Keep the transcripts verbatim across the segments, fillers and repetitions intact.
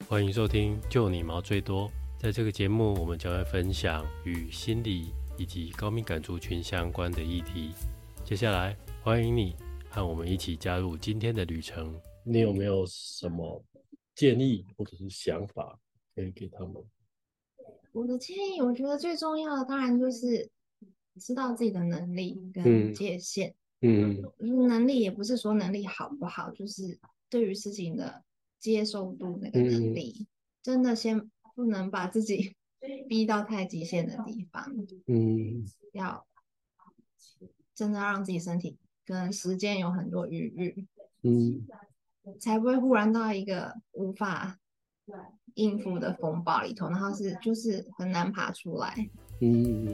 欢迎收听就你毛最多。在这个节目，我们将会分享与心理以及高敏感族群相关的议题。接下来，欢迎你和我们一起加入今天的旅程。你有没有什么建议或者是想法可以给他们？ 我的建议，我觉得最重要的当然就是知道自己的能力跟嗯界限。 嗯嗯，能力也不是说能力好不好，就是对于事情的接受度那个能嗯力，真的先不能把自己逼到太极限的地方， 嗯要真的让自己身体跟时间有很多余裕， 嗯才不会忽然到一个无法应付的风暴里头，然后是就是很难爬出来。 嗯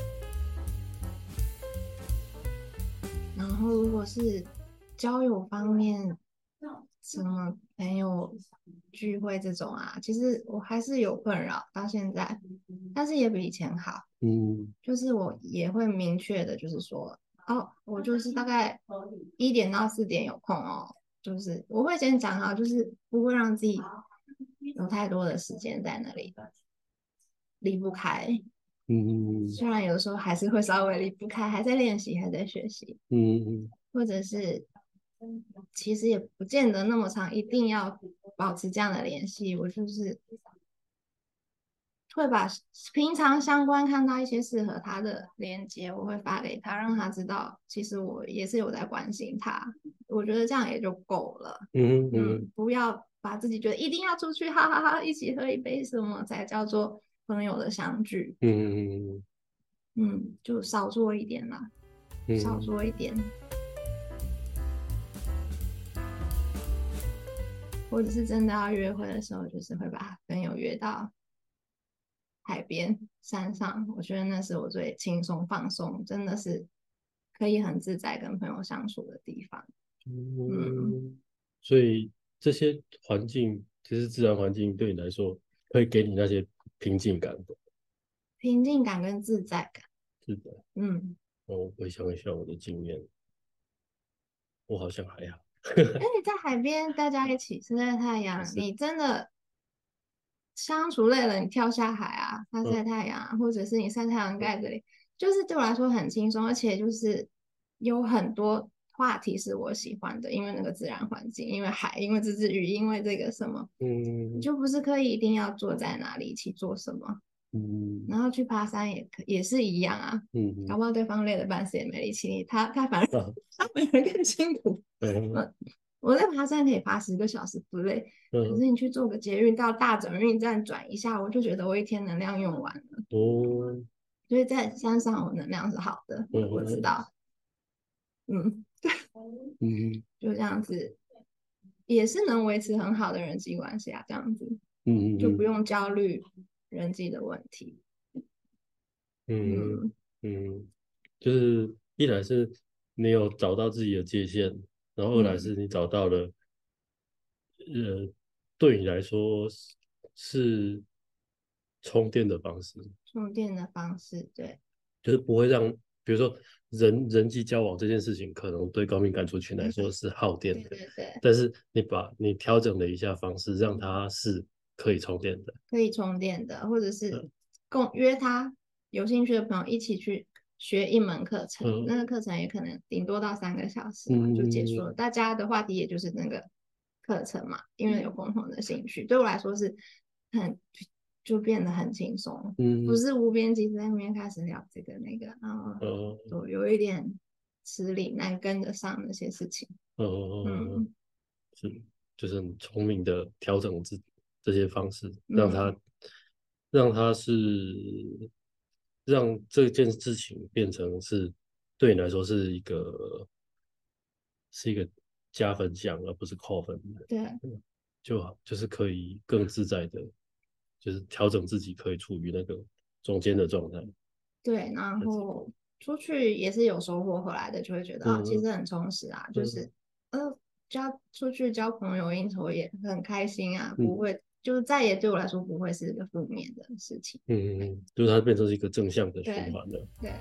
然后如果是交友方面，什么朋友聚会这种啊，其实我还是有困扰到现在，但是也比以前好。 嗯就是我也会明确的，就是说，哦，我就是大概一点到四点有空哦，就是我会先讲好，就是不会让自己有太多的时间在那里离不开。 嗯虽然有时候还是会稍微离不开，还在练习，还在学习， 嗯或者是其实也不见得那么长，一定要保持这样的联系。我就是会把平常相关看到一些适合他的链接，我会发给他，让他知道其实我也是有在关心他。我觉得这样也就够了。 嗯嗯嗯，不要把自己觉得一定要出去，哈哈哈，一起喝一杯什么才叫做朋友的相聚。 嗯嗯，就少做一点啦，少嗯做一点。或者是真的要约会的时候，就是会把朋友约到海边、山上。我觉得那是我最轻松放松，真的是可以很自在跟朋友相处的地方。嗯， 嗯，所以这些环境，其实自然环境对你来说，可以给你那些平静感的。 平静感跟自在感。 是的， 嗯， 我回想一下我的经验，我好像还好。 而且在海边大家一起晒晒太阳， 是， 你真的相处累了，你跳下海啊，他嗯晒太阳啊，或者是你晒太阳盖这里，就是对我来说很轻松，而且就是有很多话题是我喜欢的，因为那个自然环境，因为海，因为这只鱼，因为这个什么，你嗯就不是刻意一定要坐在哪里一起做什么， 嗯然后去爬山也可也是一样啊，搞嗯不好对方累得半死也没力气，他他反而啊他反而更辛苦。 嗯嗯，我在爬山可以爬十个小时不累，可嗯是你去做个捷运到大转运站转一下，我就觉得我一天能量用完了。 哦所以在山上我能量是好的，我知嗯道，嗯， 嗯就这样子，也是能维持很好的人际关系啊，这样子就不嗯嗯用焦虑人际的问题。 嗯嗯嗯，就是一来是你有找到自己的界限，然后二来嗯， 是你找到了，呃，对你来说是是充电的方式。 充电的方式，对就是不会让，比如说人人际交往这件事情，可能对高敏感族群来说是耗电对的， 对对， 但是你把你调整了一下方式，让它是可以充电的。 可以充电的，或者是嗯共约他有兴趣的朋友一起去学一门课程， 嗯那个课程也可能顶多到三个小时嘛，就结束了。 嗯大家的话题也就是那个课程嘛，因为有共同的兴趣，对我来说是很就变得很轻松，不嗯是无边际在那边开始聊这个那个，然后呃就有一点吃力，难跟得上那些事情。 呃， 嗯是就是很聪明的调整这这些方式，让它嗯， 让它是让这件事情变成是对你来说是一个是一个加分项，而不是扣分的。 对嗯就好，就是可以更自在的，就是调整自己，可以处于那个中间的状态。 对，然后出去也是有收获回来的，就会觉得啊，其嗯实很充实啊，就嗯是呃，交出去交朋友应酬也很开心啊，不嗯会，就是再也对我来说不会是一个负面的事情。 嗯嗯，就是它变成是一个正向的循对环了。 对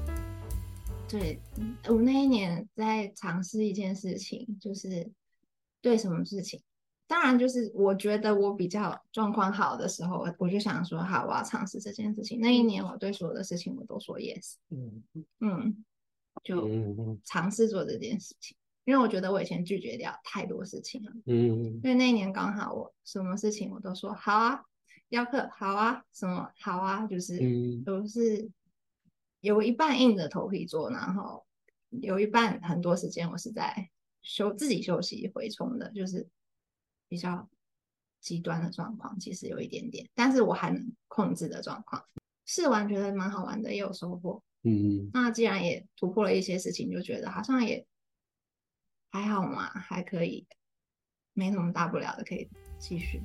对，嗯我那一年在尝试一件事情，就是对什么事情。当然，就是我觉得我比较状况好的时候，我就想说，好，我要尝试这件事情。那一年，我对所有的事情我都说 yes， 嗯嗯，就嗯尝试做这件事情，因为我觉得我以前拒绝掉太多事情了。 嗯因为那一年刚好我什么事情我都说好啊，要课好啊，什么好啊，就是嗯都是有一半硬着头皮做，然后有一半很多时间我是在休自己休息回冲的，就是比较极端的状况，其实有一点点，但是我还能控制的状况。试完觉得蛮好玩的，也有收获。 嗯那既然也突破了一些事情，就觉得好像也还好嘛，还可以，没什么大不了的，可以继续。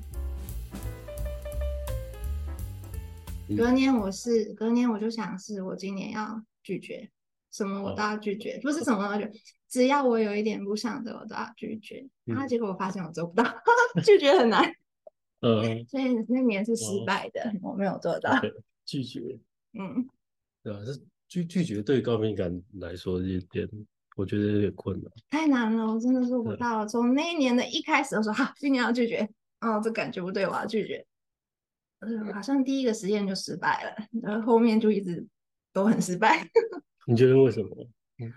嗯， 隔年我是隔年我就想是我今年要拒绝什么我都好， 要拒绝，不是什么都拒绝，只要我有一点不想的我都要拒绝。然后嗯结果我发现我做不到，拒绝很难， 呃所以那年是失哦败的，我没有做到。 ，OK，拒绝， 嗯， 对吧？这拒拒绝对高敏感来说有点，我觉得有点困难。 太难了，我真的做不对， 到。从那一年的一开始，我说好，今年要拒绝，哦，这感觉不对，我要拒绝。嗯，好像第一个实验就失败了，然后后面就一直都很失败。 你觉得为什么？嗯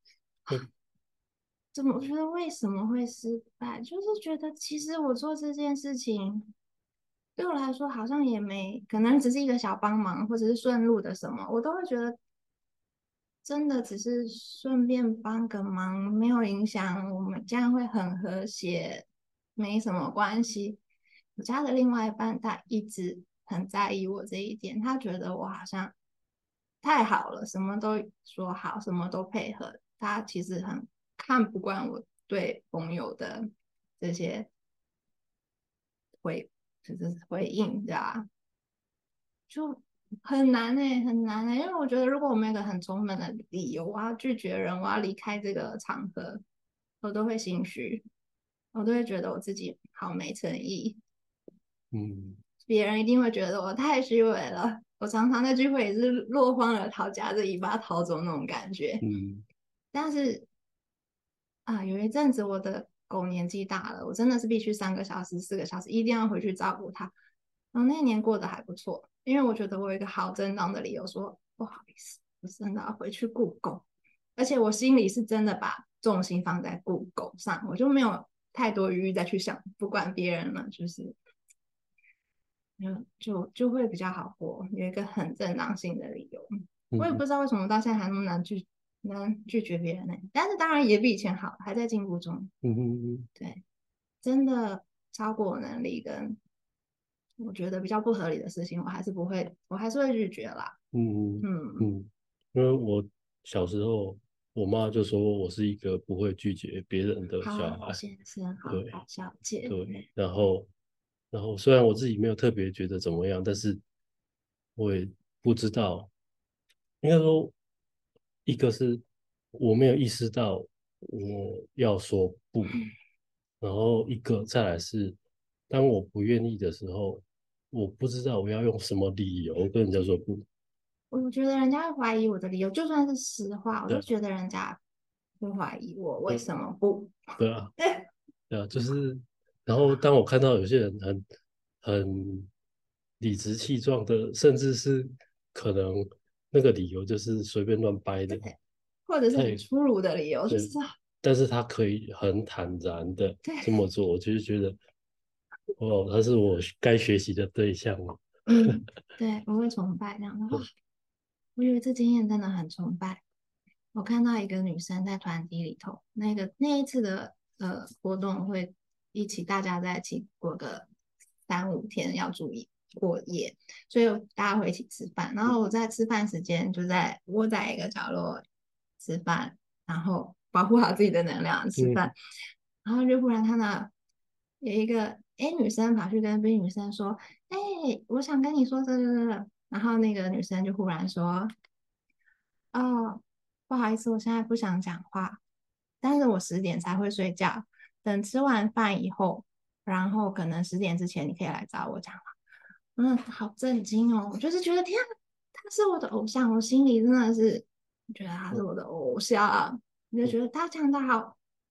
怎么我觉得为什么会失败？就是觉得其实我做这件事情对我来说好像也没，可能只是一个小帮忙，或者是顺路的什么，我都会觉得真的只是顺便帮个忙，没有影响我们这样会很和谐，没什么关系。我家的另外一半他一直很在意我这一点，他觉得我好像太好了，什么都说好，什么都配合。他其实很看不惯我对朋友的这些回，就是回应，对吧？就很难哎、欸很难哎、欸因为我觉得如果我没有一个很充分的理由，我要拒绝人，我要离开这个场合，我都会心虚，我都会觉得我自己好没诚意， 嗯别人一定会觉得我太虚伪了。我常常在聚会也是落荒而逃，夹着尾巴逃走那种感觉。 嗯但是啊，有一阵子我的狗年纪大了，我真的是必须三个小时、四个小时一定要回去照顾它。然后那一年过得还不错，因为我觉得我有一个好正当的理由说不好意思，我真的要回去顾狗，而且我心里是真的把重心放在顾狗上，我就没有太多余裕再去想不管别人了，就是就就就会比较好过，有一个很正当性的理由。我也不嗯知道为什么到现在还那么难拒能拒绝别人呢、但是当然也比以前好，还在进步中。 嗯嗯对，真的超过我能力跟我觉得比较不合理的事情，我还是不会，我还是会拒绝啦。 嗯嗯嗯， 嗯，因为我小时候，我妈就说我是一个不会拒绝别人的小好孩。 先生，好对好小姐。 对，然后然后虽然我自己没有特别觉得怎么样，但是我也不知道，应该说一个是我没有意识到我要说不，然后一个再来是当我不愿意的时候，我不知道我要用什么理由跟人家说不。 我觉得人家会怀疑我的理由，就算是实话，我都对觉得人家会怀疑我为对什么不。 对啊， 对对啊，就是，然后当我看到有些人很很理直气壮的，甚至是可能那个理由就是随便乱掰的， 对，或者是他也很粗鲁的理由，就对， 是啊但是他可以很坦然的对， 这么做，我就是觉得，哦，他是我该学习的对象哦。 嗯，对，我会崇拜这样的。哇，我有一次经验真的很崇拜。我看到一个女生在团体里头，那个那一次的呃活动会一起大家在一起过个三五天，要注意过夜，所以大家会一起吃饭。然后我在吃饭时间就在窝在一个角落吃饭，然后保护好自己的能量吃嗯饭。然后就忽然看到有一个 A 女生跑去跟 B 女生说：“哎、我想跟你说这个。”这个然后那个女生就忽然说：“哦，不好意思，我现在不想讲话，但是我十点才会睡觉，等吃完饭以后，然后可能十点之前你可以来找我讲话。”嗯，好震惊哦！我就是觉得天啊，他是我的偶像，我心里真的是觉得他是我的偶像，我就觉得他讲的好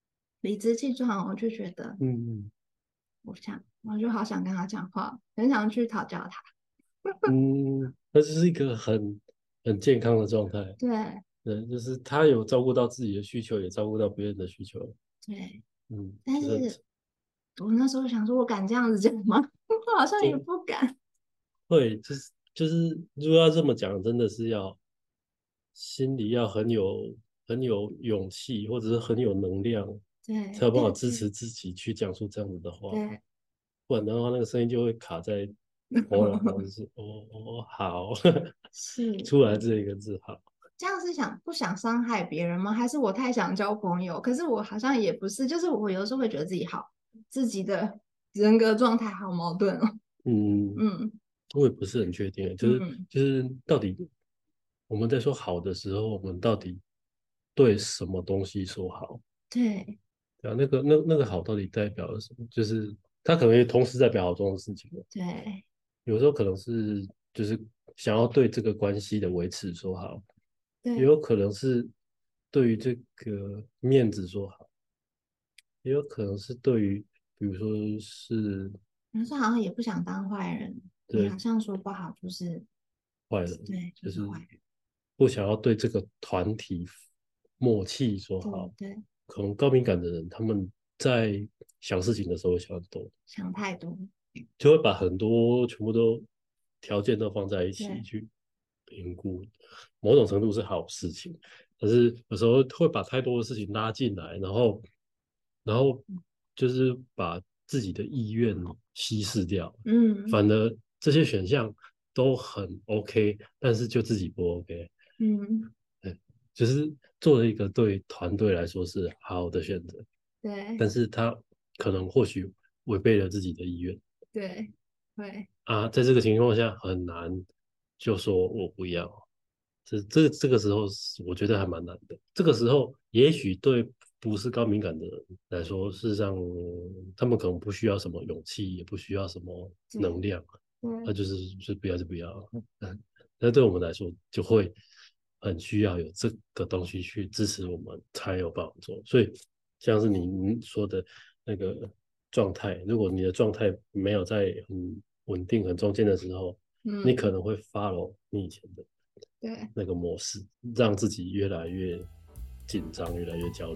理直气壮，我就觉得， 嗯我想，我就好想跟他讲话，很想去讨教他。 嗯，那就是一个很很健康的状态。 对对，就是他有照顾到自己的需求，也照顾到别人的需求。 对， 嗯，就是但是我那时候想说，我敢这样子讲吗？我好像也就不敢。 会就是就是如果要这么讲，真的是要心里要很有很有勇气，或者是很有能量，才对有办法对对支持自己去讲出这样子的话。 对， 不然的话，那个声音就会卡在喉咙，然后就是哦哦好， 是出来这一个字好。 这样是想不想伤害别人吗？还是我太想交朋友？可是我好像也不是，就是我有时候会觉得自己好，自己的人格状态好矛盾哦。 嗯， 嗯我也不是很确定，就是嗯， 就是到底我们在说好的时候，我们到底对什么东西说好？ 对对啊，那个那那个好到底代表了什么？就是它可能也同时代表好多种事情的。 对有时候可能是就是想要对这个关系的维持说好，也对， 有可能是对于这个面子说好，也有可能是对于比如说是有时候好像也不想当坏人，你对好像说不好就是坏人， 对，就就是是坏人。 不想要对这个团体默契说对好。 对， 可能高敏感的人，他们在想事情的时候会想很多， 想太多。 就会把很多全部都条件都放在一起对， 去评估，某种程度是好事情，可是有时候会把太多的事情拉进来，然后然后就是把自己的意愿稀释掉， 嗯反而这些选项都很 OK，但是就自己不 OK。 嗯， 对，就是做了一个对团队来说是好的选择， 对但是他可能或许违背了自己的意愿。 对对， 啊，在这个情况下很难就说我不要，这这这个时候是我觉得还蛮难的。这个时候也许对不是高敏感的人来说，事实上他们可能不需要什么勇气，也不需要什么能对量，那对， 就是就是不要就不要。嗯，那对我们来说就会很需要有这个东西去支持我们才有办法做。所以像是你你说的那个状态，如果你的状态没有在很稳定、很中间的时候，你可嗯能会 follow 你以前的对， 那个模式，让自己越来越紧张、越来越焦虑。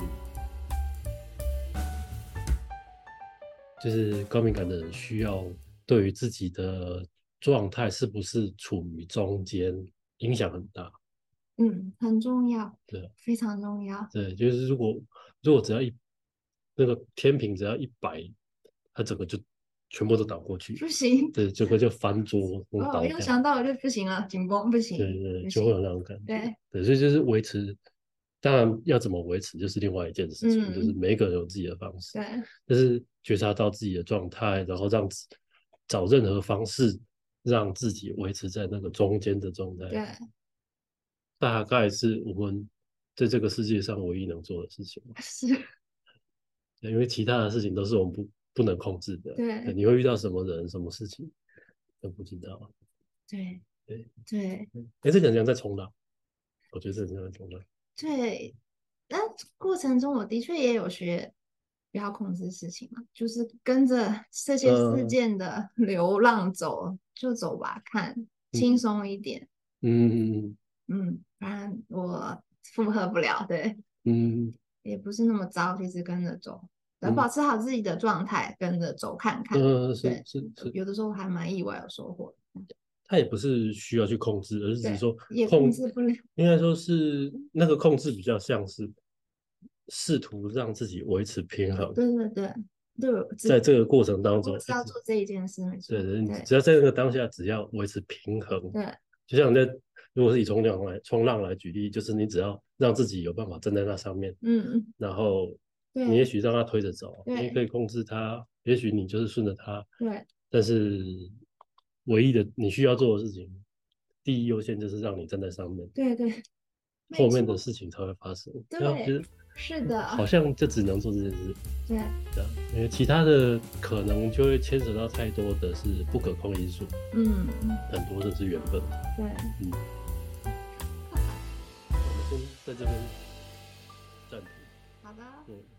就是高敏感的人需要对于自己的状态是不是处于中间影响很大。 嗯，很重要， 对非常重要。 对，就是如果如果只要一那个天平只要一摆，它整个就全部都倒过去， 不行， 对，整个就翻桌跟哦，又倒掉。 想到我就不行了，紧绷不行对对， 不行。 就会有那种感觉。 对， 对，所以就是维持，当然要怎么维持，就是另外一件事情，就是嗯， 每一个人有自己的方式， 对但是觉察到自己的状态，然后让自找任何方式让自己维持在那个中间的状态， 对大概是我们在这个世界上唯一能做的事情。 是， 对，因为其他的事情都是我们不不能控制的。对， 对你会遇到什么人、什么事情都不知道。 对对， 对哎，这个很像在冲浪，我觉得这很像在冲浪。 对。但过程中我的确也有学不要控制事情嘛，就是跟着这些事呃， 件的流浪走，就走吧，看轻嗯松一点。 嗯嗯，不然我负荷不了，对， 嗯也不是那么糟，其实跟着走，要保嗯持好自己的状态，跟着走看看。 嗯，呃，是对， 是是， 有的时候还蛮意外有收获的。 它也不是需要去控制，而是只是对， 说也控控， 制不了。 应该说是那个控制比较像是试图让自己维持平衡， 对对对对，我知在这个过程当中一直我知道做这一件事，没错。 对对，你对只要在那个当下，只要维持平衡， 对就像你在如果是以冲浪来冲浪来举例，就是你只要让自己有办法站在那上面， 嗯， 然后你也对许让它推着走，你也可对以控制它，也许你就是顺着它， 对但是唯一的你需要做的事情，第一优先就是让你站在上面， 对对，没后面的错， 事情才会发生。然后觉对， 得是的， 好像就只能做这件事， 对， 这样，因为其他的可能就会牵扯到太多的是不可控因素， 嗯， 很多的是缘分。 对， 嗯，我们先在这边暂停。 好的。 嗯。